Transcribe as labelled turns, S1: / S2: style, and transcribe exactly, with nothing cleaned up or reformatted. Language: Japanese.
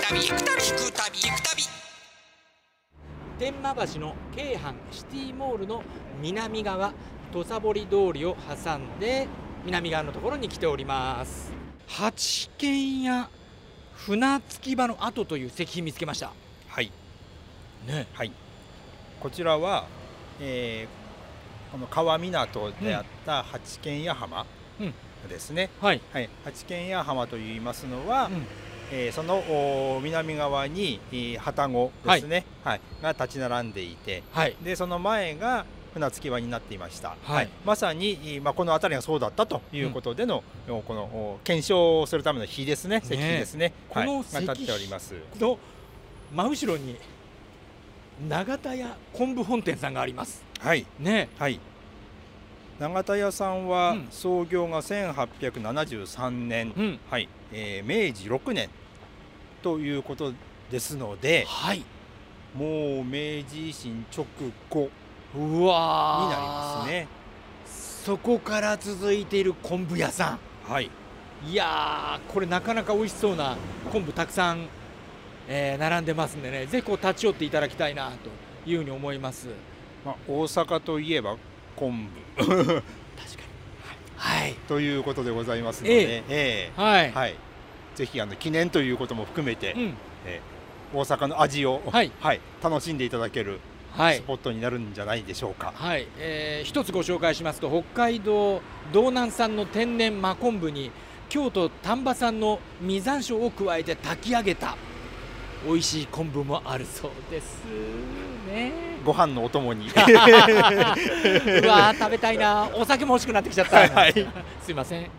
S1: 旅行く旅行く旅行く旅
S2: 天満橋の京阪シティモールの南側土佐堀通りを挟んで南側のところに来ております。八軒屋船着き場の跡という石碑見つけました。
S3: はい
S2: ね、
S3: はい、こちらは、えー、この川港であった八軒屋浜ですね、
S2: うん、はい、
S3: はい、八軒屋浜といいますのは、うん、えー、その南側に旅籠ですね、はい、はい、が立ち並んでいて、はい、でその前が船着き場になっていました。はいはい、まさに、まあ、この辺りがそうだったということでの、うん、この検証をするための碑ですね、石碑ですね、
S2: この
S3: 石碑が立っております。
S2: の真後ろに永田屋昆布本店さんがあります。
S3: はい
S2: ね、
S3: はい、永田屋さんは創業がせんはっぴゃくななじゅうさんねん、うん、はい、えー、めいじろくねんということですので、はい、もう明治維新直後
S2: うわ
S3: になりますね。
S2: そこから続いている昆布屋さ
S3: ん、はい、
S2: いやーこれなかなか美味しそうな昆布たくさん、えー、並んでますんでね、ぜひこう立ち寄っていただきたいなというふうに思います。
S3: まあ、大阪といえば昆布確かに、はい、ということでございますので、えーはいはい、ぜひあの記念ということも含めて、うん、えー、大阪の味を、はいはい、楽しんでいただけるスポットになるんじゃないでしょうか。
S2: はい、えー、一つご紹介しますと、北海道道南産の天然真昆布に京都丹波産の実山椒を加えて炊き上げた美味しい昆布もあるそうですね。
S3: ご飯のお供にう
S2: わー食べたいな、お酒も欲しくなってきちゃった、はい、すいません。